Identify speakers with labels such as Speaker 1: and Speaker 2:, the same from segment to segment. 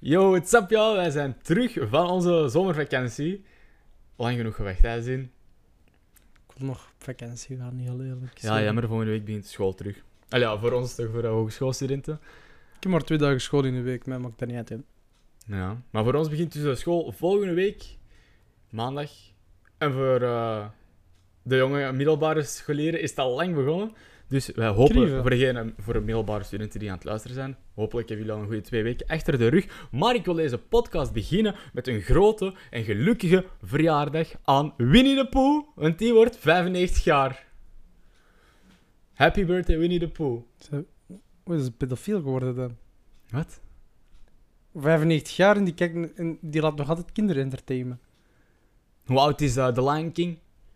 Speaker 1: Yo, what's up, y'all? Wij zijn terug van onze zomervakantie. Lang genoeg gewacht, hè, Zin?
Speaker 2: Ik wil nog op vakantie gaan, heel eerlijk.
Speaker 1: Ja, jammer, volgende week begint school terug. Ja, voor ons toch, voor de hogeschoolstudenten.
Speaker 2: Ik heb maar 2 dagen school in de week, mij maakt dat niet uit. Hè.
Speaker 1: Ja, maar voor ons begint dus de school volgende week, maandag. En voor de jonge middelbare scholieren is het al lang begonnen. Dus wij hopen, voor de middelbare studenten die aan het luisteren zijn, hopelijk hebben jullie al een goede 2 weken achter de rug. Maar ik wil deze podcast beginnen met een grote en gelukkige verjaardag aan Winnie the Pooh, want die wordt 95 jaar. Happy birthday, Winnie the Pooh.
Speaker 2: Hoe is het pedofiel geworden dan?
Speaker 1: Wat?
Speaker 2: 95 jaar en die laat nog altijd kinderen entertainen.
Speaker 1: Hoe oud is The Lion King?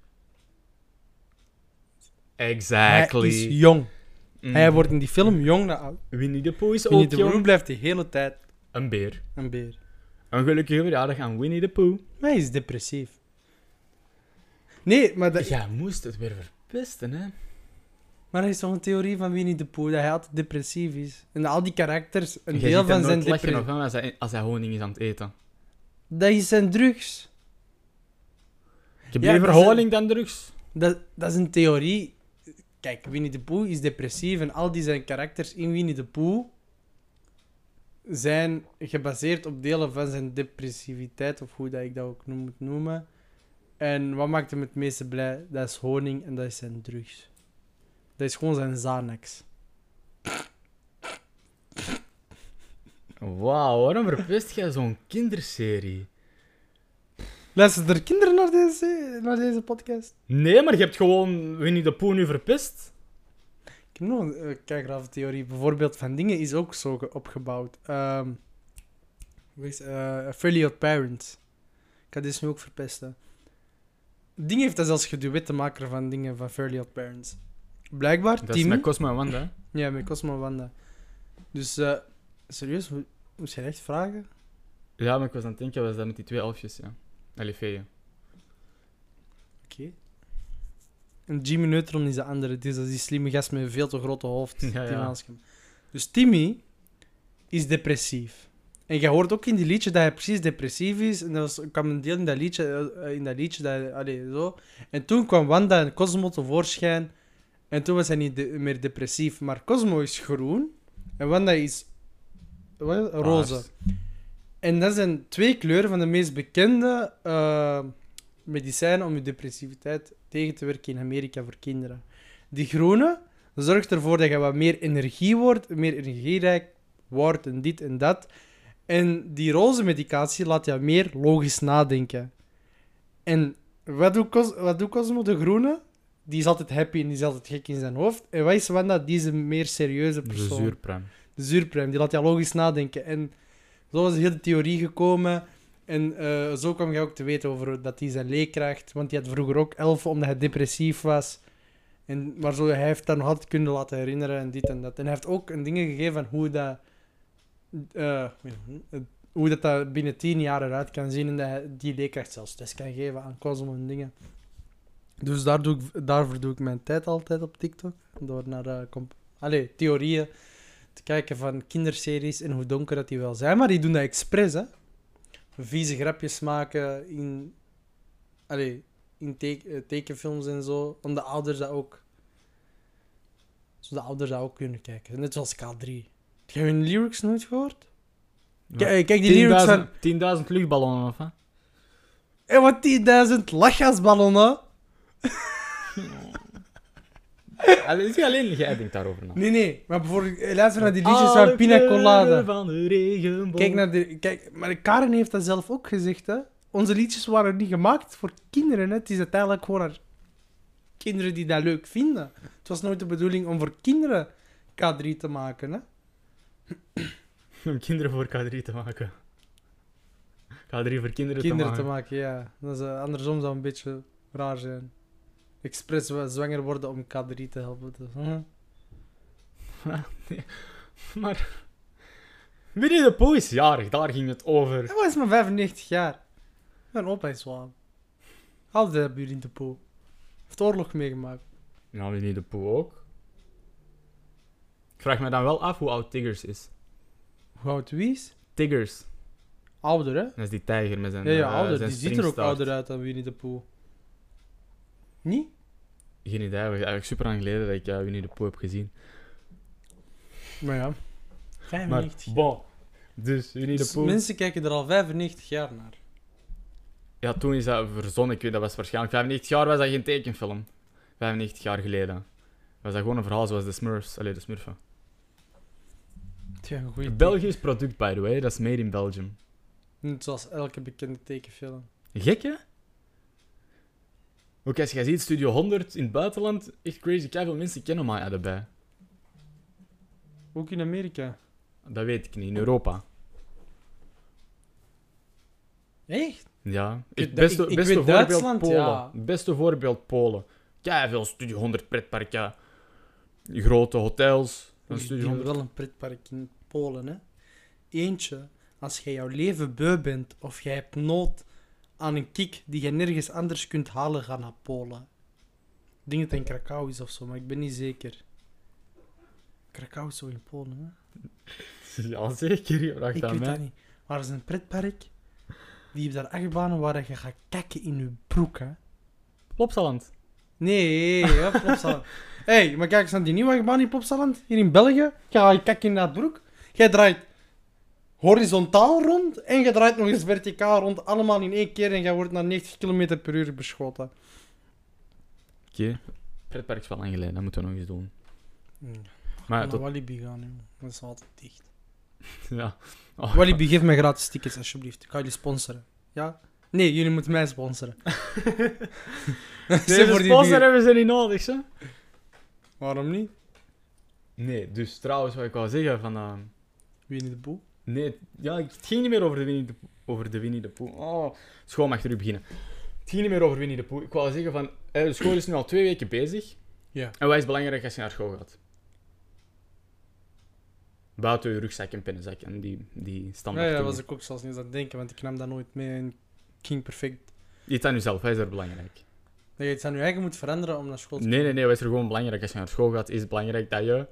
Speaker 1: Exactly.
Speaker 2: Hij is jong.
Speaker 1: Mm.
Speaker 2: Hij wordt in die film jong naar oud.
Speaker 1: Winnie the Pooh is
Speaker 2: Winnie
Speaker 1: ook
Speaker 2: the
Speaker 1: jong.
Speaker 2: Pooh blijft de hele tijd
Speaker 1: Een beer.
Speaker 2: een beer.
Speaker 1: Een gelukkige verjaardag aan Winnie the Pooh.
Speaker 2: Maar hij is depressief. Nee, maar dat...
Speaker 1: Jij moest het weer verpesten, hè?
Speaker 2: Maar er is toch een theorie van Winnie the Pooh dat hij altijd depressief is. En al die karakters, een
Speaker 1: Jij
Speaker 2: deel
Speaker 1: ziet hem
Speaker 2: van zijn
Speaker 1: nooit lachen
Speaker 2: depressie...
Speaker 1: of hè, als hij honing is aan het eten.
Speaker 2: Dat is zijn drugs.
Speaker 1: Ik heb
Speaker 2: Ja,
Speaker 1: liever
Speaker 2: dat is
Speaker 1: honing dan drugs.
Speaker 2: Dat is een theorie. Kijk, Winnie the Pooh is depressief en al die zijn karakters in Winnie the Pooh zijn gebaseerd op delen van zijn depressiviteit, of hoe dat ik dat ook moet noemen. En wat maakt hem het meeste blij? Dat is honing en dat is zijn drugs. Dat is gewoon zijn Xanax.
Speaker 1: Wauw, waarom verpest jij zo'n kinderserie?
Speaker 2: Luisteren er kinderen naar deze podcast?
Speaker 1: Nee, maar je hebt gewoon Winnie the Pooh nu verpest.
Speaker 2: Ik heb nog een kijkgraaftheorie. Bijvoorbeeld van dingen is ook zo opgebouwd. Fairly Odd Parents. Ik ga deze nu ook verpesten. Ding heeft dat zelfs geduet te maken van dingen van Fairly Odd Parents. Blijkbaar,
Speaker 1: Dat is
Speaker 2: Timmy...
Speaker 1: met Cosmo en Wanda, hè?
Speaker 2: Ja, met Cosmo en Wanda. Dus, serieus, moest je echt vragen?
Speaker 1: Ja, maar ik was aan het denken, was dat met die 2 elfjes, ja. Allee, feeën.
Speaker 2: Oké. En Jimmy Neutron is de andere. Dus dat is die slimme gast met een veel te grote hoofd.
Speaker 1: Ja,
Speaker 2: Timmy
Speaker 1: ja.
Speaker 2: Hanscom. Dus Timmy is depressief. En je hoort ook in die liedje dat hij precies depressief is. En er kwam een deel in dat liedje dat, allee, zo. En toen kwam Wanda en Cosmo tevoorschijn. En toen was hij niet meer depressief. Maar Cosmo is groen. En Wanda is roze.
Speaker 1: Paars.
Speaker 2: En dat zijn 2 kleuren van de meest bekende medicijnen om je depressiviteit tegen te werken in Amerika voor kinderen. Die groene zorgt ervoor dat je wat meer energie wordt, meer energierijk wordt en dit en dat. En die roze medicatie laat je meer logisch nadenken. En wat doet Cosmo, de groene? Die is altijd happy en die is altijd gek in zijn hoofd. En wat is Wanda? Die is een meer serieuze
Speaker 1: De
Speaker 2: persoon.
Speaker 1: zuurpruim.
Speaker 2: De zuurpruim, die laat je logisch nadenken. En zo was de hele theorie gekomen. En zo kwam je ook te weten over dat hij zijn leerkracht... Want die had vroeger ook 11 omdat hij depressief was. Maar zo, hij heeft dat nog altijd kunnen laten herinneren en dit en dat. En hij heeft ook een dingen gegeven van hoe dat binnen 10 jaar eruit kan zien. En dat hij die leerkracht zelfs test kan geven aan Cosmo en dingen. Dus daarvoor doe ik mijn tijd altijd op TikTok. Door naar theorieën te kijken van kinderseries en hoe donker dat die wel zijn. Maar die doen dat expres, hè. Vieze grapjes maken in tekenfilms en zo. Om de ouders dat ook... Zodat de ouders dat ook kunnen kijken. Net zoals K3. Heb je hun lyrics nooit gehoord? Kijk die lyrics van...
Speaker 1: 10.000 luchtballonnen, of hè?
Speaker 2: En wat 10.000 lachgasballonnen.
Speaker 1: Allee, is alleen jij denkt daarover na.
Speaker 2: Nee. Maar bijvoorbeeld, luister naar die liedjes van Pina Colada.
Speaker 1: Van de regenboog.
Speaker 2: Kijk, maar Karen heeft dat zelf ook gezegd, hè. Onze liedjes waren niet gemaakt voor kinderen, hè. Het is uiteindelijk gewoon naar kinderen die dat leuk vinden. Het was nooit de bedoeling om voor kinderen K3 te maken, hè.
Speaker 1: Om kinderen voor K3 te maken. K3 voor kinderen
Speaker 2: te maken, ja. Dat is, andersom zou een beetje raar zijn. Expres zwanger worden om K3 te helpen. Dus,
Speaker 1: Nee, maar... Winnie the Pooh is jarig, daar ging het over.
Speaker 2: Hij is maar 95 jaar. Mijn opa is wel. Altijd hebben jullie in de Pooh. Heeft oorlog meegemaakt.
Speaker 1: Nou, Winnie the Pooh ook. Ik vraag me dan wel af hoe oud Tiggers is.
Speaker 2: Hoe oud wie is?
Speaker 1: Tiggers.
Speaker 2: Ouder, hè?
Speaker 1: Dat is die tijger met zijn
Speaker 2: Ja, ouder.
Speaker 1: zijn
Speaker 2: Die ziet er ook
Speaker 1: springstaart.
Speaker 2: ouder uit dan Winnie de Pooh. Niet?
Speaker 1: Geen idee. Het is eigenlijk super lang geleden dat ik Winnie de Pooh heb gezien.
Speaker 2: Maar ja. 95.
Speaker 1: Maar, bon. Dus Winnie de
Speaker 2: Dus
Speaker 1: Pooh...
Speaker 2: mensen kijken er al 95 jaar naar.
Speaker 1: Ja, toen is dat verzonnen. Ik weet, dat was waarschijnlijk... 95 jaar was dat geen tekenfilm. 95 jaar geleden. Was dat gewoon een verhaal zoals de Smurfs. Allee, de Smurfen.
Speaker 2: Tja, een goeie
Speaker 1: Belgisch product, by the way. Dat is made in Belgium.
Speaker 2: Net zoals elke bekende tekenfilm.
Speaker 1: Gek, hè? Ook als jij ziet Studio 100 in het buitenland, echt crazy. Veel mensen kennen mij erbij.
Speaker 2: Ook in Amerika.
Speaker 1: Dat weet ik niet. In Europa.
Speaker 2: Echt?
Speaker 1: Ja.
Speaker 2: Ik
Speaker 1: Beste
Speaker 2: weet
Speaker 1: voorbeeld
Speaker 2: Duitsland,
Speaker 1: Polen.
Speaker 2: ja.
Speaker 1: Beste voorbeeld Polen. Veel Studio 100 pretparken. Grote hotels. Van
Speaker 2: Die
Speaker 1: Studio
Speaker 2: hebben
Speaker 1: 100.
Speaker 2: wel een pretpark in Polen, hè. Eentje, als jij jouw leven beu bent of jij hebt nood aan een kick die je nergens anders kunt halen, ga naar Polen. Ik denk dat het in Krakau is of zo, maar ik ben niet zeker. Krakau is zo in Polen, hè?
Speaker 1: Ja, zeker. Je vraagt
Speaker 2: Ik
Speaker 1: aan
Speaker 2: weet
Speaker 1: mij.
Speaker 2: dat niet. Maar er is een pretpark, die heeft daar achtbanen waar je gaat kakken in je broek, hè.
Speaker 1: Plopsaland.
Speaker 2: Nee, ja, Plopsaland. Hé, maar kijk eens naar die nieuwe achtbaan in Plopsaland, hier in België. Ga je kakken in dat broek. Jij draait horizontaal rond en je draait nog eens verticaal rond. Allemaal in één keer en jij wordt naar 90 km per uur beschoten.
Speaker 1: Oké. Pretpark is wel lang geleden. Dat moeten we nog eens doen.
Speaker 2: Ja.
Speaker 1: Maar
Speaker 2: Naar
Speaker 1: tot...
Speaker 2: Walibi gaan, joh. Dat is altijd dicht.
Speaker 1: Ja. Oh.
Speaker 2: Walibi, geef mij gratis tickets, alsjeblieft. Ik ga jullie sponsoren. Ja? Nee, jullie moeten mij sponsoren.
Speaker 1: Deze sponsor hebben ze niet nodig, hè?
Speaker 2: Waarom niet?
Speaker 1: Nee, dus trouwens, wat ik wou zeggen van...
Speaker 2: Winnie de Pooh.
Speaker 1: Nee, ja, het ging niet meer over de Winnie de Pooh. Oh, school mag terug beginnen. Het ging niet meer over Winnie de Pooh. Ik wou zeggen van... de school is nu al 2 weken bezig.
Speaker 2: Ja.
Speaker 1: En wat is belangrijk als je naar school gaat? Buiten je rugzak en pennenzak en die standaard
Speaker 2: Ja,
Speaker 1: dingen.
Speaker 2: was ik ook zelfs niet eens aan het denken, want ik nam dat nooit mee en ik ging perfect.
Speaker 1: Iets aan jezelf, wat is er belangrijk?
Speaker 2: Dat je iets aan je eigen moet veranderen om naar school te
Speaker 1: Nee, wat is er gewoon belangrijk als je naar school gaat? Is het belangrijk dat je...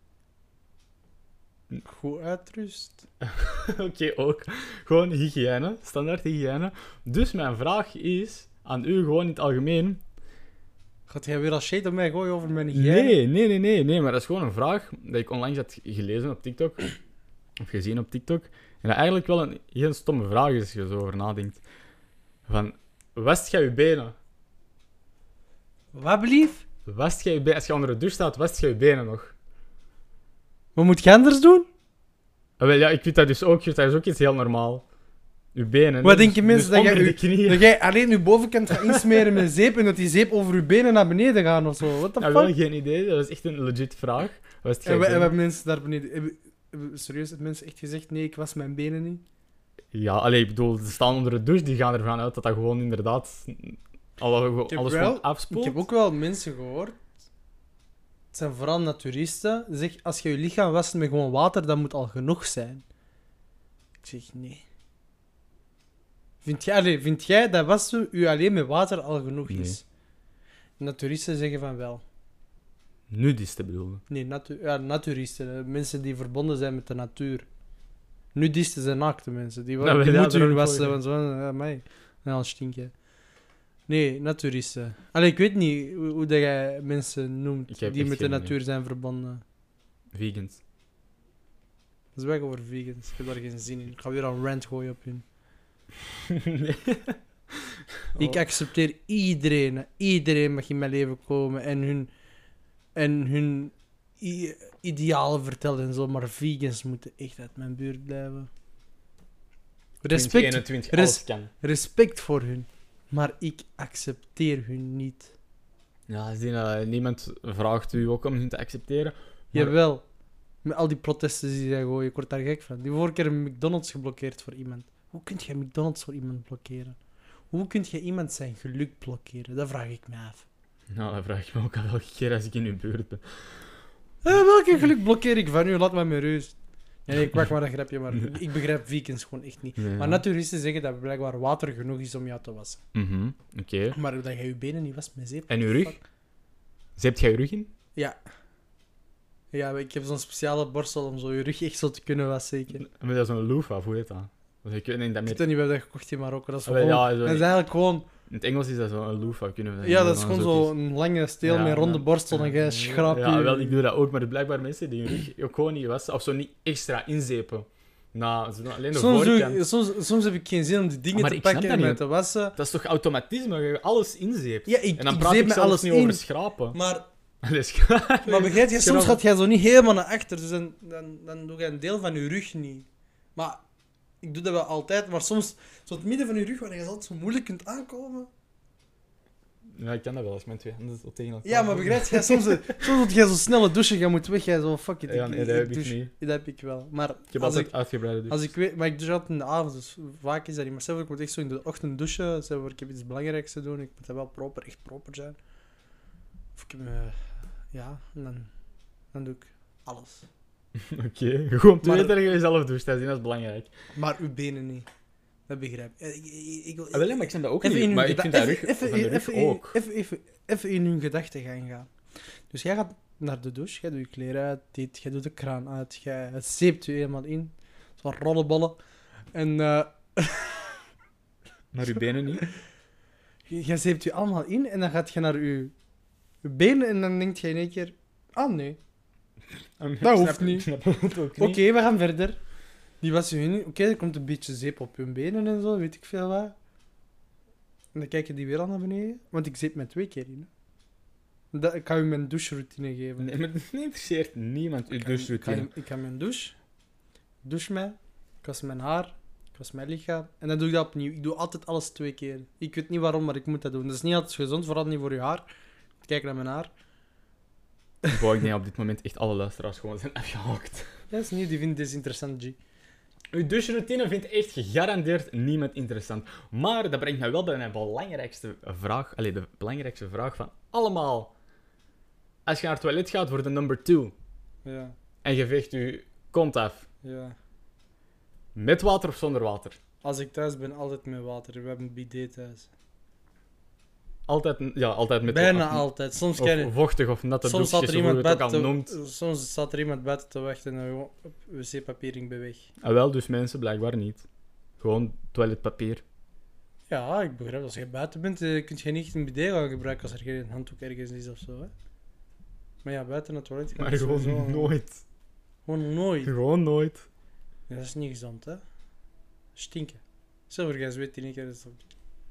Speaker 2: goed uitrust.
Speaker 1: Oké, ook. Gewoon hygiëne, standaard hygiëne. Dus mijn vraag is aan u gewoon in het algemeen...
Speaker 2: Gaat jij weer als shit op mij gooien over mijn hygiëne?
Speaker 1: Nee, maar dat is gewoon een vraag dat ik onlangs had gelezen op TikTok. Of gezien op TikTok. En dat eigenlijk wel een heel stomme vraag is als je zo over nadenkt. Van, wast jij je benen?
Speaker 2: Wat blief?
Speaker 1: Wast jij je benen? Als je onder de douche staat, wast jij je benen nog?
Speaker 2: Wat moet je anders doen?
Speaker 1: Wel, ja, ik vind dat dus ook, dat is ook iets heel normaal. Je benen.
Speaker 2: Wat
Speaker 1: hè.
Speaker 2: denken mensen dat
Speaker 1: onder
Speaker 2: jij
Speaker 1: de
Speaker 2: je-
Speaker 1: knieën.
Speaker 2: Dat jij alleen je bovenkant gaat insmeren met zeep en dat die zeep over je benen naar beneden gaan of zo. What the
Speaker 1: Ja, wel
Speaker 2: fuck?
Speaker 1: geen idee, dat is echt een legit vraag. Wast jij
Speaker 2: En
Speaker 1: je
Speaker 2: we
Speaker 1: benen?
Speaker 2: hebben mensen daar beneden... Serieus, hebben mensen echt gezegd, nee, ik was mijn benen niet?
Speaker 1: Ja, allee, ik bedoel, ze staan onder de douche, die gaan ervan uit dat dat gewoon inderdaad alles
Speaker 2: heb
Speaker 1: gewoon
Speaker 2: wel-
Speaker 1: afspoelt.
Speaker 2: Ik heb ook wel mensen gehoord. Het zijn vooral naturisten. Zeg, als je je lichaam wast met gewoon water, dat moet al genoeg zijn. Ik zeg nee. Vind jij dat wassen u alleen met water al genoeg is? Naturisten zeggen van wel.
Speaker 1: Nudisten bedoelde.
Speaker 2: Nee, naturisten. Mensen die verbonden zijn met de natuur. Nudisten zijn naakte mensen. Die,
Speaker 1: Nou,
Speaker 2: die
Speaker 1: ja,
Speaker 2: moeten
Speaker 1: daar
Speaker 2: hun
Speaker 1: heb ik
Speaker 2: wassen.
Speaker 1: voor
Speaker 2: Want zo, mij. En al stinken. Nee, naturisten. Allee, ik weet niet hoe dat jij mensen noemt
Speaker 1: Ik heb
Speaker 2: die
Speaker 1: echt
Speaker 2: met de
Speaker 1: geen
Speaker 2: natuur zijn verbonden.
Speaker 1: Vegans.
Speaker 2: Dat is weg over vegans. Ik heb daar geen zin in. Ik ga weer een rant gooien op hun.
Speaker 1: Nee.
Speaker 2: Ik accepteer iedereen. Hè. Iedereen mag in mijn leven komen en hun idealen vertellen en zo. Maar vegans moeten echt uit mijn buurt blijven. Respect,
Speaker 1: 2021,
Speaker 2: res-
Speaker 1: alles kan.
Speaker 2: respect voor hun. Maar ik accepteer hun niet.
Speaker 1: Ja, niemand vraagt u ook om hun te accepteren. Maar-
Speaker 2: Jawel. Met al die protesten die zij gooien, ik word daar gek van. Die vorige keer een McDonald's geblokkeerd voor iemand. Hoe kun je McDonald's voor iemand blokkeren? Hoe kun je iemand zijn geluk blokkeren? Dat vraag ik me af.
Speaker 1: Nou, dat vraag ik me ook al elke keer als ik in uw buurt ben.
Speaker 2: Welke geluk blokkeer ik van u? Laat me met rust. Nee, ik maak maar een grapje, maar ik begrijp vegans gewoon echt niet.
Speaker 1: Nee,
Speaker 2: Maar naturisten zeggen dat blijkbaar water genoeg is om jou te wassen.
Speaker 1: Oké.
Speaker 2: Maar dat jij je benen niet wast met zeep.
Speaker 1: En uw rug?
Speaker 2: fuck?
Speaker 1: Zeept jij je rug in?
Speaker 2: Ja. Ja, ik heb zo'n speciale borstel om zo je rug echt zo te kunnen wassen, zeker.
Speaker 1: Met zo'n loofah, hoe heet dat? Dus ik weet niet dat
Speaker 2: Ik
Speaker 1: meer...
Speaker 2: weet niet wat dat gekocht in Marokko. Dat is,
Speaker 1: Ah, wel,
Speaker 2: gewoon,
Speaker 1: ja, zo
Speaker 2: dat is
Speaker 1: niet.
Speaker 2: eigenlijk gewoon...
Speaker 1: In het Engels is dat zo een loofah, kunnen we
Speaker 2: Ja, dat is gewoon
Speaker 1: zo
Speaker 2: zo'n lange steel
Speaker 1: Ja,
Speaker 2: met ronde
Speaker 1: dan-
Speaker 2: borstel en jij schraapt
Speaker 1: Ja,
Speaker 2: je-
Speaker 1: wel, ik doe dat ook, maar blijkbaar mensen die hun rug ook gewoon niet wassen, of zo niet extra inzepen. Nou, ze doen alleen de voorkant.
Speaker 2: Soms heb ik geen zin om die dingen
Speaker 1: Maar
Speaker 2: te
Speaker 1: ik snap
Speaker 2: pakken
Speaker 1: dat
Speaker 2: en
Speaker 1: niet.
Speaker 2: te wassen.
Speaker 1: Dat is toch automatisme, dat je alles inzeept?
Speaker 2: Ja,
Speaker 1: En dan
Speaker 2: ik
Speaker 1: praat
Speaker 2: zeep
Speaker 1: ik
Speaker 2: met
Speaker 1: zelfs
Speaker 2: alles
Speaker 1: niet
Speaker 2: in.
Speaker 1: over schrapen.
Speaker 2: Maar
Speaker 1: Maar
Speaker 2: begrijp je, soms gaat jij zo niet helemaal naar achter. Dus dan doe je een deel van je rug niet. Maar ik doe dat wel altijd. Maar soms, zo het midden van je rug, waar je altijd zo moeilijk kunt aankomen.
Speaker 1: Ja, ik kan dat wel, als mijn twee handen zo tegen elkaar.
Speaker 2: Ja, maar begrijp je, soms moet jij zo snelle douchen, jij moet weg, jij zo, fuck it.
Speaker 1: Ja, nee, dat heb ik
Speaker 2: douche.
Speaker 1: niet.
Speaker 2: Dat heb ik wel. Maar
Speaker 1: Ik heb
Speaker 2: als
Speaker 1: altijd uitgebreide douche.
Speaker 2: als ik weet, maar ik douche altijd in de avond, dus vaak is dat niet. Maar stel, ik moet echt zo in de ochtend douchen, stel, ik heb iets belangrijks te doen, ik moet dat wel proper, echt proper zijn. Of ik heb, ja, en dan doe ik alles.
Speaker 1: Oké, gewoon te
Speaker 2: Maar-
Speaker 1: weten dat je jezelf doucht, dat is belangrijk.
Speaker 2: Maar uw benen niet. Dat begrijp ik. Ik wil-
Speaker 1: Ah, wel, ja, maar ik snap dat ook
Speaker 2: even
Speaker 1: niet.
Speaker 2: in
Speaker 1: Maar
Speaker 2: uw
Speaker 1: ik vind
Speaker 2: geda-
Speaker 1: dat rug,
Speaker 2: even-
Speaker 1: van de rug
Speaker 2: even-
Speaker 1: ook.
Speaker 2: even in uw gedachten gaan. Dus jij gaat naar de douche, jij doet je kleren uit, jij doet de kraan uit, jij zeept je helemaal in. Zo'n rollenbollen. En
Speaker 1: Maar uw benen niet.
Speaker 2: jij zeept je allemaal in en dan gaat je naar je benen en dan denk je in één keer... Ah, nee. Dat hoeft niet.
Speaker 1: Ik snap het ook
Speaker 2: Oké,
Speaker 1: niet.
Speaker 2: we gaan verder. Die was je niet. Oké, er komt een beetje zeep op hun benen en zo, weet ik veel wat. En dan kijken die weer al naar beneden. Want ik zeep met 2 keer in. Hè. Ik ga u mijn doucheroutine geven.
Speaker 1: Nee, maar het interesseert niemand uw doucheroutine.
Speaker 2: Ik ga mijn douche mij, ik was mijn haar, ik was mijn lichaam. En dan doe ik dat opnieuw. Ik doe altijd alles 2 keer. Ik weet niet waarom, maar ik moet dat doen. Dat is niet altijd gezond, vooral niet voor je haar. Kijk naar mijn haar.
Speaker 1: Wow, ik denk op dit moment echt alle luisteraars gewoon zijn afgehaakt.
Speaker 2: Ja, dat is niet, die vindt dit interessant, G.
Speaker 1: Uw doucheroutine vindt echt gegarandeerd niemand interessant. Maar dat brengt mij wel bij mijn belangrijkste vraag. Allee, de belangrijkste vraag van allemaal. Als je naar het toilet gaat voor de number 2
Speaker 2: Ja,
Speaker 1: en je veegt je kont af,
Speaker 2: ja.
Speaker 1: met water of zonder water?
Speaker 2: Als ik thuis ben, altijd met water. We hebben een bidet thuis.
Speaker 1: Altijd met
Speaker 2: Bijna
Speaker 1: water.
Speaker 2: altijd. Soms kan
Speaker 1: Of vochtig of natte
Speaker 2: Soms
Speaker 1: douches,
Speaker 2: staat er
Speaker 1: of hoe
Speaker 2: iemand
Speaker 1: je het ook al
Speaker 2: buiten
Speaker 1: noemt.
Speaker 2: soms staat er iemand buiten te wachten en dan gewoon op wc-papier ging bij weg.
Speaker 1: Ah, wel, dus mensen blijkbaar niet. Gewoon toiletpapier.
Speaker 2: Ja, ik begrijp. Als je buiten bent, kun je niet een bidet gaan gebruiken als er geen handdoek ergens is of zo. Hè? Maar ja, buiten het toilet gaan
Speaker 1: Maar
Speaker 2: is
Speaker 1: gewoon
Speaker 2: sowieso-
Speaker 1: nooit.
Speaker 2: Gewoon nooit.
Speaker 1: Gewoon nooit.
Speaker 2: Ja, dat is niet gezond, hè? Stinken. Zilvergas weet die niet, dat is ook...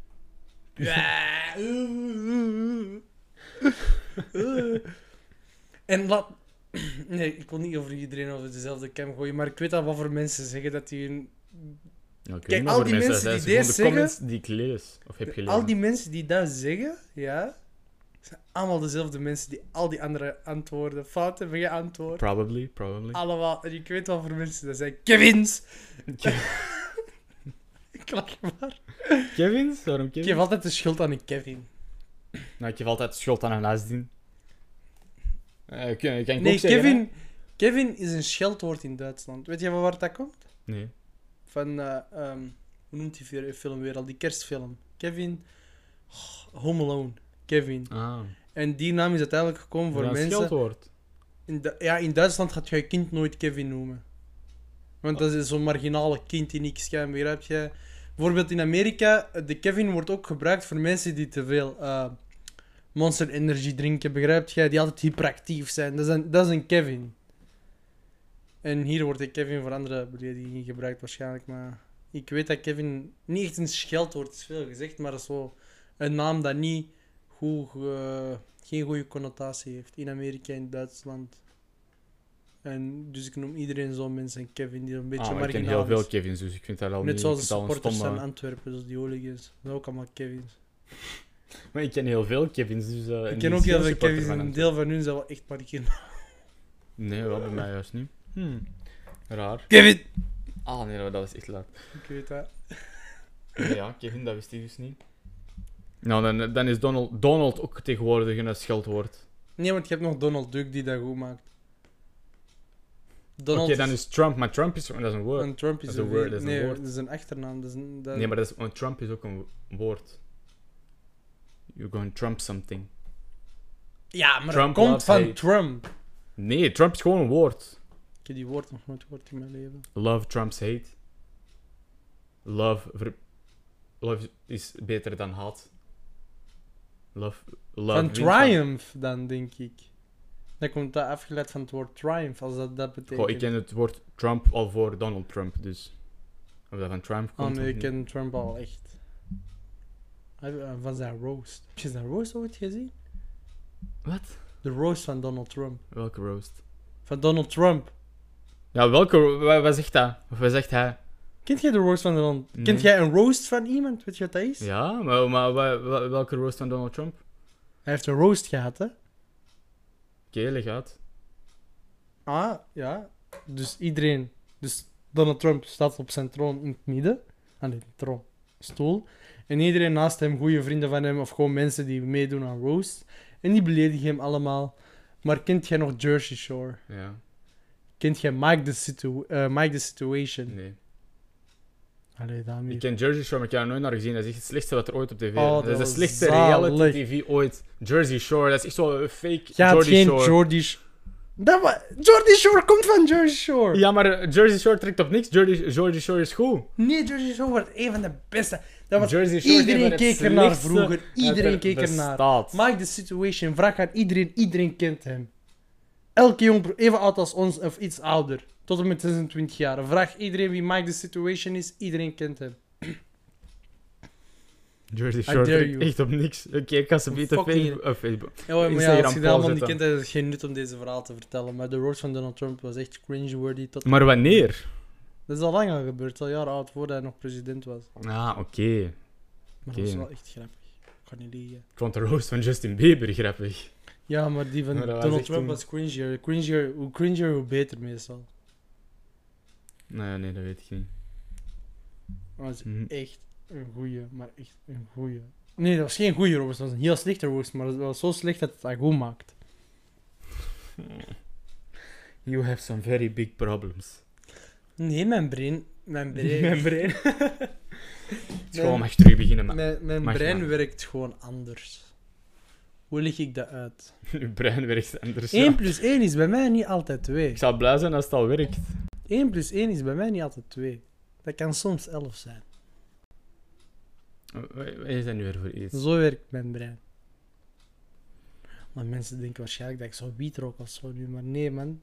Speaker 2: En laat... Nee, ik wil niet over iedereen over dezelfde cam gooien, maar ik weet al wat voor mensen zeggen dat die hun...
Speaker 1: Ja, ik weet
Speaker 2: Kijk,
Speaker 1: niet
Speaker 2: al
Speaker 1: of er
Speaker 2: die
Speaker 1: mensen
Speaker 2: mensen
Speaker 1: zijn.
Speaker 2: die
Speaker 1: Het
Speaker 2: deze
Speaker 1: zijn gewoon de
Speaker 2: zeggen-
Speaker 1: comments die ik lees. Of heb gelezen.
Speaker 2: Al die mensen die dat zeggen, ja, zijn allemaal dezelfde mensen die al die andere antwoorden fout hebben geantwoord.
Speaker 1: Probably.
Speaker 2: Allemaal. En ik weet wel voor mensen dat zijn Kevins. Ik lach maar.
Speaker 1: Kevins? Waarom
Speaker 2: Ik
Speaker 1: Kevins?
Speaker 2: geef altijd de schuld aan een Kevin.
Speaker 1: Nou, ik geef altijd schuld aan een Asdin. Kan ik
Speaker 2: Nee,
Speaker 1: ook zeggen, hè?
Speaker 2: Kevin is een scheldwoord in Duitsland. Weet je van waar dat komt?
Speaker 1: Nee.
Speaker 2: Van, hoe noemt die film weer al? Die kerstfilm. Kevin. Home Alone. Kevin.
Speaker 1: Ah.
Speaker 2: En die naam is uiteindelijk gekomen voor
Speaker 1: Voor een
Speaker 2: mensen...
Speaker 1: scheldwoord.
Speaker 2: In Duitsland gaat je je kind nooit Kevin noemen. Want dat is zo'n marginale kind die niks kan, begrijp je? Bijvoorbeeld in Amerika, de Kevin wordt ook gebruikt voor mensen die te veel Monster Energy drinken, begrijp je? Die altijd hyperactief zijn. Dat is een Kevin. En hier wordt de Kevin voor andere beledigingen gebruikt waarschijnlijk, maar... Ik weet dat Kevin niet echt een scheldwoord is, veel gezegd, maar zo een naam dat niet geen goede connotatie heeft in Amerika en Duitsland. En dus ik noem iedereen zo'n mensen Kevin die een beetje
Speaker 1: Ik ken
Speaker 2: marginaal
Speaker 1: heel veel
Speaker 2: is.
Speaker 1: Kevins, dus ik vind dat al
Speaker 2: Net
Speaker 1: niet...
Speaker 2: zoals de
Speaker 1: ik vind dat al
Speaker 2: supporters
Speaker 1: een
Speaker 2: van
Speaker 1: stomme...
Speaker 2: Antwerpen, dus die hooligans. Dat zijn ook allemaal Kevins.
Speaker 1: Maar ik ken heel veel Kevins, dus...
Speaker 2: Ik ken ook heel veel Kevins en een deel van hun zijn wel echt marginaal.
Speaker 1: Nee, wel bij mij juist niet. Raar.
Speaker 2: Kevin!
Speaker 1: Ah, nee, dat is echt laat.
Speaker 2: Ik weet dat.
Speaker 1: Nee, ja, Kevin, dat wist ik dus niet. Nou, dan is Donald ook tegenwoordig een scheldwoord.
Speaker 2: Nee, want je hebt nog Donald Duck die dat goed maakt.
Speaker 1: Oké, dan is Trump, maar Trump is... Dat is een woord.
Speaker 2: En Trump is
Speaker 1: Dat is een
Speaker 2: een
Speaker 1: woord, dat is een
Speaker 2: nee,
Speaker 1: woord.
Speaker 2: dat is een achternaam. Dat is
Speaker 1: Nee, maar want Trump is ook een woord. You're going Trump something.
Speaker 2: Ja, maar
Speaker 1: Trump
Speaker 2: dat komt
Speaker 1: loves
Speaker 2: van
Speaker 1: hate.
Speaker 2: Trump.
Speaker 1: Nee, Trump is gewoon een woord.
Speaker 2: Ik heb die woord nog nooit gehoord in mijn leven.
Speaker 1: Love Trump's hate. Love is beter dan haat. Love
Speaker 2: Van
Speaker 1: wint
Speaker 2: Triumph dan, denk ik. Dat komt dat afgeleid van het woord Triumph, als dat betekent.
Speaker 1: Goh, ik ken het woord Trump al voor Donald Trump, dus... Of dat van Trump
Speaker 2: Oh
Speaker 1: komt
Speaker 2: nee,
Speaker 1: of
Speaker 2: ik
Speaker 1: niet.
Speaker 2: ken Trump al echt. Van zijn roast. Heb je zijn roast ooit gezien?
Speaker 1: Wat?
Speaker 2: De roast van Donald Trump.
Speaker 1: Welke roast?
Speaker 2: Van Donald Trump.
Speaker 1: Ja, wat zegt dat? Of wat zegt hij?
Speaker 2: Kent jij de roast van Donald?
Speaker 1: Nee.
Speaker 2: Kent jij een roast van iemand? Weet je wat dat is?
Speaker 1: Ja, maar welke roast van Donald Trump?
Speaker 2: Hij heeft een roast gehad, hè?
Speaker 1: Oké, leg uit.
Speaker 2: Ah, ja. Dus iedereen... Dus Donald Trump staat op zijn troon in het midden. Aan de troon. Stoel. En iedereen naast hem, goede vrienden van hem, of gewoon mensen die meedoen aan roast. En die beledigen hem allemaal. Maar kent jij nog Jersey Shore?
Speaker 1: Ja,
Speaker 2: Kent jij Mike the Situation?
Speaker 1: nee.
Speaker 2: Allee, daarmee.
Speaker 1: Ik ken Jersey Shore, maar ik heb er nooit naar gezien. Dat is echt het slechtste wat er ooit op tv is.
Speaker 2: Oh,
Speaker 1: dat is
Speaker 2: dat
Speaker 1: de
Speaker 2: was
Speaker 1: slechtste
Speaker 2: zalig.
Speaker 1: reality tv ooit. Jersey Shore, dat is echt zo'n fake
Speaker 2: Gaat
Speaker 1: Geordie
Speaker 2: geen
Speaker 1: Shore.
Speaker 2: Geordie Shore. Geordie Shore komt van Jersey Shore.
Speaker 1: Ja, maar Jersey Shore trekt op niks. Jersey Shore is goed.
Speaker 2: Nee, Jersey Shore wordt een van de beste. Dat was,
Speaker 1: Jersey Shore is een
Speaker 2: iedereen
Speaker 1: van
Speaker 2: keek
Speaker 1: het
Speaker 2: ernaar
Speaker 1: slechtste
Speaker 2: vroeger. Iedereen
Speaker 1: dat
Speaker 2: keek
Speaker 1: er
Speaker 2: ernaar.
Speaker 1: bestaat.
Speaker 2: Mike the Situation, vraag aan iedereen. Iedereen kent hem. Elke jong, even oud als ons of iets ouder. Tot en met 26 jaar. Vraag iedereen wie Mike the Situation is. Iedereen kent hem.
Speaker 1: Jersey
Speaker 2: I
Speaker 1: Shore
Speaker 2: dare
Speaker 1: trekt
Speaker 2: you.
Speaker 1: echt op niks. Oké, ik ga ze beter
Speaker 2: Fucking-
Speaker 1: Facebook.
Speaker 2: Ja, maar ja,
Speaker 1: Instagram
Speaker 2: als je dat allemaal niet
Speaker 1: pauze
Speaker 2: kent, dan is het geen nut om deze verhaal te vertellen. Maar de roast van Donald Trump was echt cringeworthy.
Speaker 1: Maar wanneer?
Speaker 2: Dat is al lang al gebeurd. Het is al jaren oud voordat hij nog president was.
Speaker 1: Ah, oké.
Speaker 2: Maar
Speaker 1: Oké.
Speaker 2: dat was wel echt grappig. Ik kan niet liegen.
Speaker 1: Ik vond de roast van Justin Bieber grappig.
Speaker 2: Ja, maar die van
Speaker 1: Maar dat was
Speaker 2: Donald
Speaker 1: echt
Speaker 2: Trump
Speaker 1: een-
Speaker 2: was cringier. Hoe cringier, hoe beter meestal.
Speaker 1: Nee, dat weet ik niet.
Speaker 2: Dat was
Speaker 1: Mhm.
Speaker 2: echt een goeie, maar echt een goeie. Nee, dat was geen goeie roast. Dat was een heel slechte roast, maar dat was zo slecht dat het dat goed maakt.
Speaker 1: You have some very big problems.
Speaker 2: Nee, mijn brein...
Speaker 1: Mijn brein.
Speaker 2: Nee.
Speaker 1: Gewoon mag terug beginnen, man.
Speaker 2: Mijn
Speaker 1: Mag
Speaker 2: brein
Speaker 1: maar.
Speaker 2: werkt gewoon anders. Hoe leg ik dat uit?
Speaker 1: Je brein werkt anders.
Speaker 2: 1
Speaker 1: Ja.
Speaker 2: plus 1 is bij mij niet altijd 2.
Speaker 1: Ik zou blij zijn als het al werkt.
Speaker 2: 1 plus 1 is bij mij niet altijd 2. Dat kan soms 11 zijn.
Speaker 1: Wat is dat nu weer voor iets?
Speaker 2: Zo werkt mijn brein. Maar mensen denken waarschijnlijk dat ik zo wiet rook of zo nu, maar nee, man.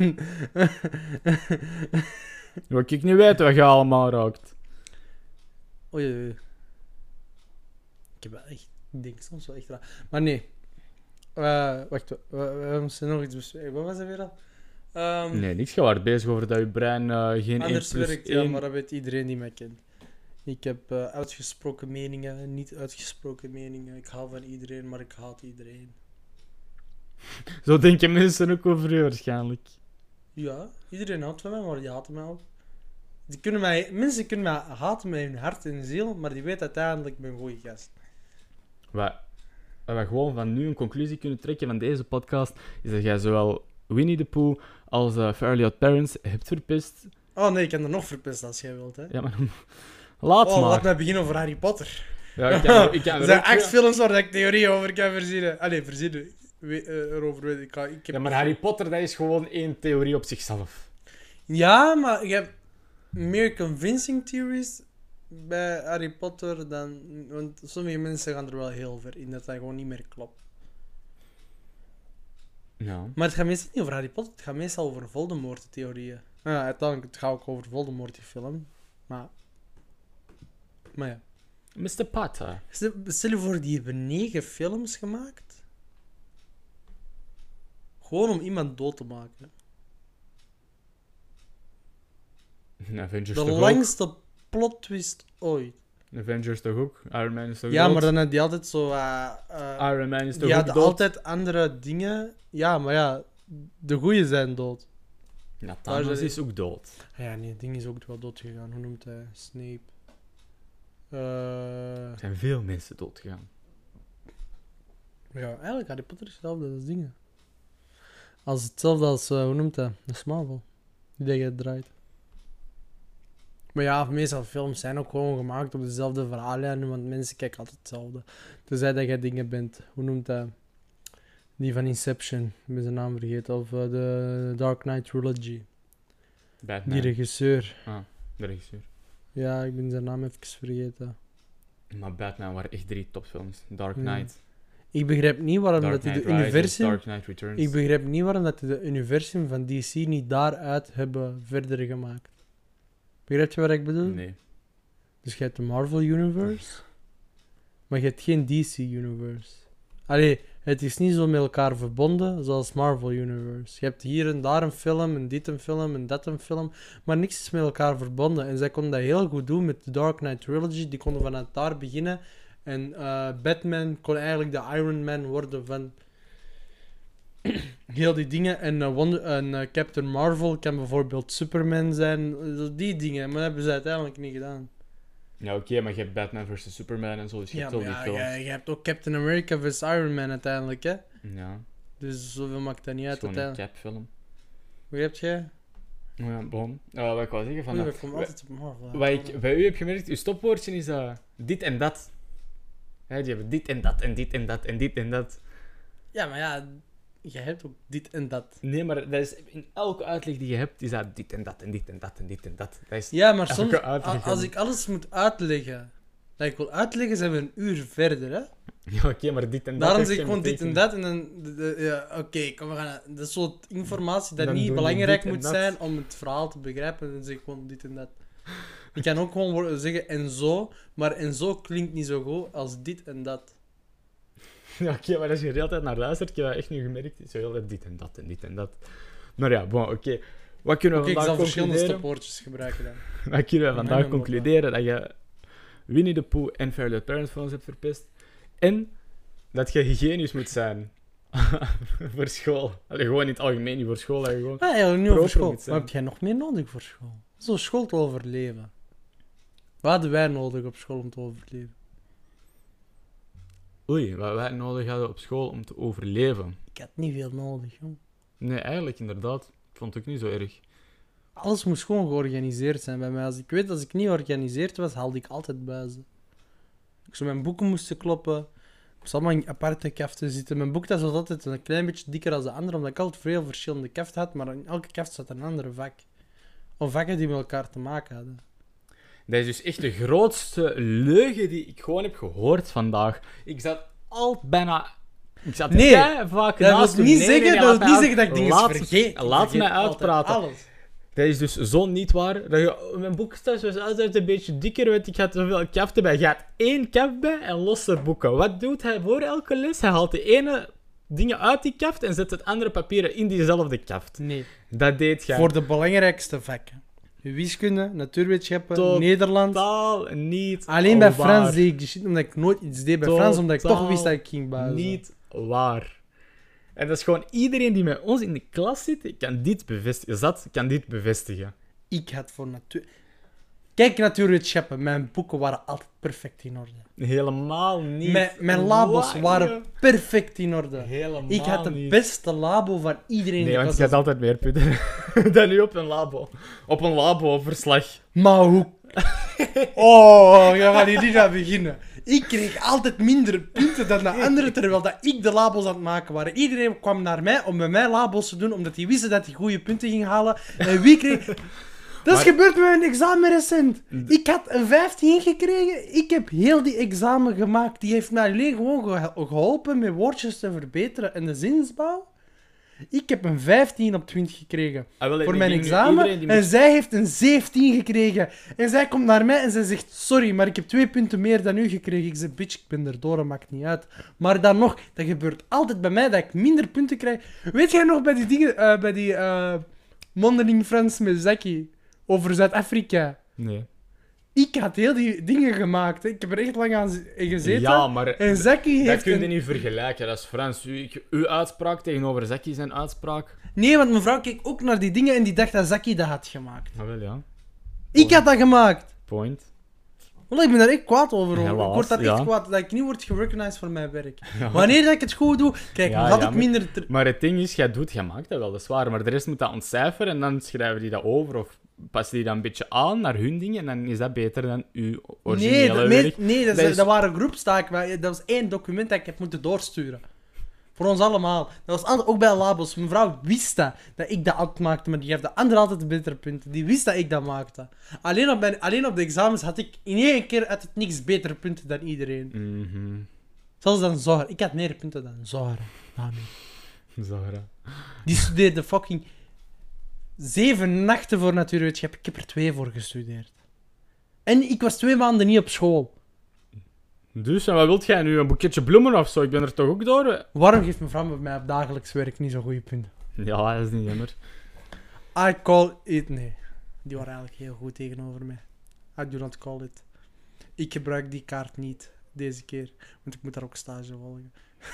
Speaker 1: Wat ik niet weet wat je allemaal raakt.
Speaker 2: Oei, oei, oei. Ik heb wel echt... Ik denk soms wel echt raar. Maar nee. Wacht, we moesten nog iets bespreken. Wat was dat weer al?
Speaker 1: Nee, niks. Je was bezig over dat je brein geen 1
Speaker 2: Anders
Speaker 1: plus
Speaker 2: werkt,
Speaker 1: 1...
Speaker 2: ja, maar dat weet iedereen die mij kent. Ik heb uitgesproken meningen, niet uitgesproken meningen. Ik hou van iedereen, maar ik haat iedereen.
Speaker 1: Zo denken mensen ook over je waarschijnlijk.
Speaker 2: Ja, iedereen houdt van mij, maar die haten mij ook. Mensen kunnen mij haten met hun hart en ziel, maar die weten uiteindelijk, ik ben een goeie gast.
Speaker 1: Wat we gewoon van nu een conclusie kunnen trekken van deze podcast, is dat jij zowel Winnie the Pooh als Fairly Odd Parents hebt verpest.
Speaker 2: Oh nee, ik kan er nog verpesten als jij wilt, hè.
Speaker 1: Ja, maar laat
Speaker 2: Oh,
Speaker 1: maar.
Speaker 2: laat mij beginnen over Harry Potter.
Speaker 1: Ja, ik kan
Speaker 2: Er
Speaker 1: er
Speaker 2: zijn
Speaker 1: ook
Speaker 2: 8
Speaker 1: veel-
Speaker 2: films waar ik theorieën over kan verzinnen. Allee, verzinnen. Erover weten. Ik heb...
Speaker 1: Ja, maar Harry Potter, dat is gewoon één theorie op zichzelf.
Speaker 2: Ja, maar je hebt meer convincing theories bij Harry Potter dan... Want sommige mensen gaan er wel heel ver in, dat gewoon niet meer klopt.
Speaker 1: Ja.
Speaker 2: Maar het gaat meestal niet over Harry Potter, het gaat meestal over Voldemort-theorieën. Ja, uiteindelijk het gaat ook over Voldemort, die film. Maar ja.
Speaker 1: Mr. Potter.
Speaker 2: Stel je voor, die hebben 9 films gemaakt. Gewoon om iemand dood te maken.
Speaker 1: Avengers
Speaker 2: De
Speaker 1: toch
Speaker 2: langste plot twist ooit.
Speaker 1: ook? Avengers toch ook? Iron Man is toch
Speaker 2: Ja,
Speaker 1: dood?
Speaker 2: maar dan had die altijd zo...
Speaker 1: Iron Man is toch
Speaker 2: die
Speaker 1: ook
Speaker 2: had
Speaker 1: dood?
Speaker 2: altijd andere dingen. Ja, maar ja, de goeie zijn dood.
Speaker 1: Ja, Thanos
Speaker 2: Maar ze-
Speaker 1: is ook dood.
Speaker 2: Ja, nee, het ding is ook wel dood gegaan. Hoe noemt hij? Snape.
Speaker 1: Er zijn veel mensen dood gegaan.
Speaker 2: Ja, eigenlijk Harry Potter is hetzelfde als dingen. Als hetzelfde als, hoe noemt hij? De Marvel. Die dat je draait. Maar ja, meestal films zijn ook gewoon gemaakt op dezelfde verhaallijn, want mensen kijken altijd hetzelfde. Tenzij dat jij dingen bent, hoe noemt hij? Die van Inception, ik ben zijn naam vergeten, of de Dark Knight Trilogy.
Speaker 1: Batman.
Speaker 2: Die regisseur.
Speaker 1: De regisseur.
Speaker 2: Ja, ik ben zijn naam even vergeten.
Speaker 1: Maar Batman waren echt 3 topfilms. Dark
Speaker 2: Ja.
Speaker 1: Knight,
Speaker 2: Ik begrijp niet waarom
Speaker 1: Dark
Speaker 2: dat hij
Speaker 1: Knight
Speaker 2: de
Speaker 1: Rises,
Speaker 2: universum...
Speaker 1: Dark Knight Returns.
Speaker 2: Ik begrijp niet waarom dat die de universum van DC niet daaruit hebben verder gemaakt. Begrijp je wat ik bedoel?
Speaker 1: Nee.
Speaker 2: Dus je hebt de Marvel Universe, maar je hebt geen DC Universe. Allee, het is niet zo met elkaar verbonden zoals Marvel Universe. Je hebt hier en daar een film, en dit een film, en dat een film, maar niks is met elkaar verbonden. En zij konden dat heel goed doen met de Dark Knight Trilogy. Die konden vanuit daar beginnen. En Batman kon eigenlijk de Iron Man worden van heel die dingen. En Captain Marvel kan bijvoorbeeld Superman zijn. Die dingen, maar dat hebben ze uiteindelijk niet gedaan.
Speaker 1: Ja, oké, maar je hebt Batman vs Superman en zo, dus je hebt al die films.
Speaker 2: je hebt ook Captain America vs Iron Man uiteindelijk, hè.
Speaker 1: Ja,
Speaker 2: Dus zoveel maakt dat niet
Speaker 1: het is
Speaker 2: uit
Speaker 1: gewoon een
Speaker 2: uiteindelijk.
Speaker 1: Cap-film.
Speaker 2: Begrijp jij?
Speaker 1: Ja, bon. Wat ik wou zeggen van...
Speaker 2: Oei, we komen altijd op Marvel.
Speaker 1: Wat ik bij u heb gemerkt, uw stopwoordje is dit en dat. Ja, die hebben dit en dat en dit en dat en dit en dat.
Speaker 2: Ja, maar ja, je hebt ook dit en dat.
Speaker 1: Nee, maar dat is, in elke uitleg die je hebt, is dat dit en dat en dit en dat en dit en dat. Dat is
Speaker 2: Ja, maar
Speaker 1: elke
Speaker 2: soms,
Speaker 1: uitleg.
Speaker 2: als ik alles moet uitleggen, dat ik wil uitleggen, zijn we een uur verder, hè.
Speaker 1: Ja, oké, maar dit en dat...
Speaker 2: Daarom
Speaker 1: heeft
Speaker 2: zeg ik
Speaker 1: geen
Speaker 2: gewoon dit en
Speaker 1: betekenis.
Speaker 2: dat en dan... Ja, oké, kom, we gaan... Dat is soort informatie dat
Speaker 1: Dan
Speaker 2: niet
Speaker 1: doen we
Speaker 2: belangrijk
Speaker 1: dit en
Speaker 2: moet
Speaker 1: dat.
Speaker 2: zijn om het verhaal te begrijpen. Dan zeg ik gewoon dit en dat. Ik kan ook gewoon zeggen en zo, maar en zo klinkt niet zo goed als dit en dat.
Speaker 1: Ja, oké, maar als je er de hele tijd naar luistert, ik heb dat echt nu gemerkt, is zo heel tijd dit en dat en dit en dat. Maar ja, bon, oké. Wat kunnen we
Speaker 2: Oké, ik
Speaker 1: vandaag
Speaker 2: zal verschillende
Speaker 1: concluderen?
Speaker 2: stopwoordjes gebruiken dan.
Speaker 1: Wat kunnen we
Speaker 2: Van
Speaker 1: vandaag
Speaker 2: mij
Speaker 1: concluderen? Dat je Winnie the Pooh en Fairly Odd Parents voor ons hebt verpest. En dat je hygiënisch moet zijn. Voor school. Allee, gewoon in het algemeen, niet voor school. Dat je gewoon...
Speaker 2: Ah, eigenlijk niet over
Speaker 1: Proper
Speaker 2: school.
Speaker 1: moet zijn.
Speaker 2: Wat heb jij nog meer nodig voor school? Zo school te overleven. Wat hadden wij nodig op school om te overleven?
Speaker 1: Oei, wat wij nodig hadden op school om te overleven.
Speaker 2: Ik had niet veel nodig, jong.
Speaker 1: Nee, eigenlijk inderdaad. Ik vond het ook niet zo erg.
Speaker 2: Alles moest gewoon georganiseerd zijn bij mij. Als ik niet georganiseerd was, haalde ik altijd buizen. Ik zou mijn boeken moesten kloppen. Ik moest allemaal in aparte kaften zitten. Mijn boektas was altijd een klein beetje dikker dan de andere, omdat ik altijd veel verschillende kaften had, maar in elke kaft zat een andere vak. Of vakken die met elkaar te maken hadden.
Speaker 1: Dat is dus echt de grootste leugen die ik gewoon heb gehoord vandaag. Ik zat al bijna... Ik zat
Speaker 2: Nee,
Speaker 1: kei vaak
Speaker 2: Dat
Speaker 1: naast
Speaker 2: wil
Speaker 1: u.
Speaker 2: niet
Speaker 1: Nee,
Speaker 2: zeggen,
Speaker 1: nee,
Speaker 2: dat
Speaker 1: laat
Speaker 2: wil
Speaker 1: mij
Speaker 2: niet zeggen dat ik dingen
Speaker 1: laat-
Speaker 2: vergeet. Ik
Speaker 1: Laat
Speaker 2: vergeet
Speaker 1: mij
Speaker 2: altijd
Speaker 1: uitpraten.
Speaker 2: alles.
Speaker 1: Dat is dus zo niet waar. Dat je, mijn boektas was altijd een beetje dikker, want ik had zoveel kaften bij. Je had 1 kaft bij en losse boeken. Wat doet hij voor elke les? Hij haalt de ene dingen uit die kaft en zet het andere papieren in diezelfde kaft.
Speaker 2: Nee,
Speaker 1: Dat deed jij.
Speaker 2: voor de belangrijkste vakken. Wiskunde, natuurwetenschappen,
Speaker 1: Totaal
Speaker 2: Nederlands.
Speaker 1: Totaal niet
Speaker 2: Alleen bij
Speaker 1: waar.
Speaker 2: Frans deed ik die shit omdat ik nooit iets deed bij Frans, omdat ik toch
Speaker 1: Totaal
Speaker 2: wist dat ik ging buizen.
Speaker 1: Niet waar. En dat is gewoon iedereen die met ons in de klas zit, kan dit bevestigen.
Speaker 2: Ik had voor natuur... Kijk, natuurwetenschappen, mijn boeken waren altijd perfect in orde.
Speaker 1: Helemaal niet.
Speaker 2: Mijn labos
Speaker 1: waar.
Speaker 2: waren perfect in orde.
Speaker 1: Helemaal
Speaker 2: Ik had de
Speaker 1: niet.
Speaker 2: beste labo van iedereen in
Speaker 1: Nee,
Speaker 2: de
Speaker 1: want
Speaker 2: klas.
Speaker 1: je had altijd meer punten dan nu op een labo. Op een labo-verslag.
Speaker 2: Maar hoe... Oh, je gaat hier niet aan beginnen. Ik kreeg altijd minder punten dan de anderen, terwijl dat ik de labos aan het maken waren. Iedereen kwam naar mij om met mij labos te doen, omdat hij wist dat hij goede punten ging halen. En wie kreeg... Dat is gebeurd met een examen recent. Ik had een 15 gekregen. Ik heb heel die examen gemaakt. Die heeft mij alleen gewoon geholpen met woordjes te verbeteren en de zinsbouw. Ik heb een 15 op 20 gekregen voor mijn examen. En zij heeft een 17 gekregen. En zij komt naar mij en zij zegt... Sorry, maar ik heb 2 punten meer dan u gekregen. Ik zeg, bitch, ik ben erdoor, dat maakt niet uit. Maar dan nog, dat gebeurt altijd bij mij, dat ik minder punten krijg. Weet jij nog bij die dingen... bij die mondeling Frans met Zaki over Zuid-Afrika?
Speaker 1: Nee.
Speaker 2: Ik had heel die dingen gemaakt. Hè. Ik heb er echt lang aan gezeten.
Speaker 1: Ja, maar
Speaker 2: En Zaki
Speaker 1: dat
Speaker 2: heeft...
Speaker 1: kun je niet vergelijken. Dat is Frans. Uw uitspraak tegenover Zaki zijn uitspraak.
Speaker 2: Nee, want mevrouw keek ook naar die dingen en die dacht dat Zaki dat had gemaakt.
Speaker 1: Ah, wel ja.
Speaker 2: Ik had dat gemaakt.
Speaker 1: Point.
Speaker 2: Want ik ben daar echt kwaad over.
Speaker 1: Helaas,
Speaker 2: Ik word daar echt
Speaker 1: ja.
Speaker 2: kwaad dat ik niet word gerecognized voor mijn werk. Wanneer dat ik het goed doe, krijg ik
Speaker 1: Ja,
Speaker 2: nog altijd
Speaker 1: ja, maar-
Speaker 2: minder...
Speaker 1: Maar het ding is, jij maakt dat wel, dat is waar. Maar de rest moet dat ontcijferen en dan schrijven die dat over. Of passen die dat een beetje aan naar hun dingen en dan is dat beter dan uw originele werk.
Speaker 2: Nee,
Speaker 1: Dat is-
Speaker 2: dat waren groepstaken. Dat was 1 document dat ik heb moeten doorsturen. Voor ons allemaal. Dat was altijd, ook bij Labos. Mijn vrouw wist dat ik dat ook maakte, maar die gaf de ander altijd de betere punten. Die wist dat ik dat maakte. Alleen op de examens had ik in één keer uit het niks betere punten dan iedereen. Zelfs dan Zohar. Ik had meer punten dan Zohar.
Speaker 1: Zahra.
Speaker 2: Die studeerde fucking 7 nachten voor natuurwetenschap. Ik heb er 2 voor gestudeerd. En ik was 2 maanden niet op school.
Speaker 1: Dus, en wat wilt jij nu? Een boeketje bloemen of zo? Ik ben er toch ook door?
Speaker 2: Waarom geeft mijn vrouw bij mij op dagelijks werk niet zo'n goede punten?
Speaker 1: Ja, dat is niet jammer.
Speaker 2: I call it... Nee. Die waren eigenlijk heel goed tegenover mij. I do not call it. Ik gebruik die kaart niet deze keer. Want ik moet daar ook stage volgen.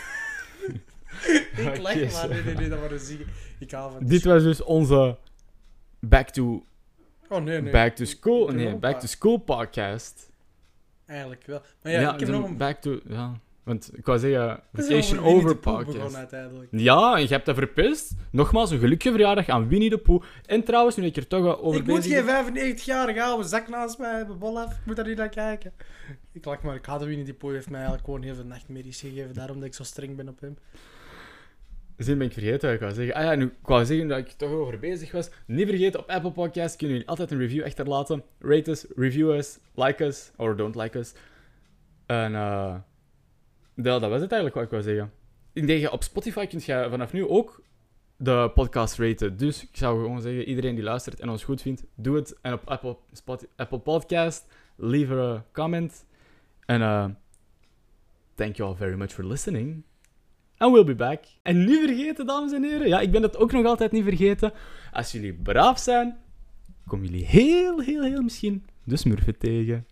Speaker 2: Ik lach maar. Nee, dat waren zieken. Ik hou van
Speaker 1: Dit was dus onze Back to School... Nee, Back to School podcast.
Speaker 2: Eigenlijk wel. Maar ja, ik heb nog een...
Speaker 1: Back to... Ja. Want ik wou zeggen, Vacation Over podcast. Ja, en je hebt dat verpest. Nogmaals, een gelukkige verjaardag aan Winnie de Pooh. En trouwens, nu ik er toch over
Speaker 2: ik moet geen 95-jarige oude zak naast mij hebben, bolaf. Ik moet daar niet naar kijken. Ik lach maar, ik had Winnie de Pooh heeft mij eigenlijk gewoon heel veel nachtmerries gegeven. Daarom dat ik zo streng ben op hem.
Speaker 1: Zin ben ik vergeten wat ik wou zeggen. Ah ja, nu ik wou zeggen dat ik er toch over bezig was. Niet vergeten, op Apple Podcasts kunnen jullie altijd een review achterlaten. Rate us, review us, like us, or don't like us. En dat was het eigenlijk wat ik wou zeggen. Ik denk, op Spotify kun je vanaf nu ook de podcast raten. Dus ik zou gewoon zeggen, iedereen die luistert en ons goed vindt, doe het. En op Apple Podcast, leave a comment. En thank you all very much for listening. And we'll be back. En niet vergeten, dames en heren. Ja, ik ben dat ook nog altijd niet vergeten. Als jullie braaf zijn, komen jullie heel misschien de smurfen tegen.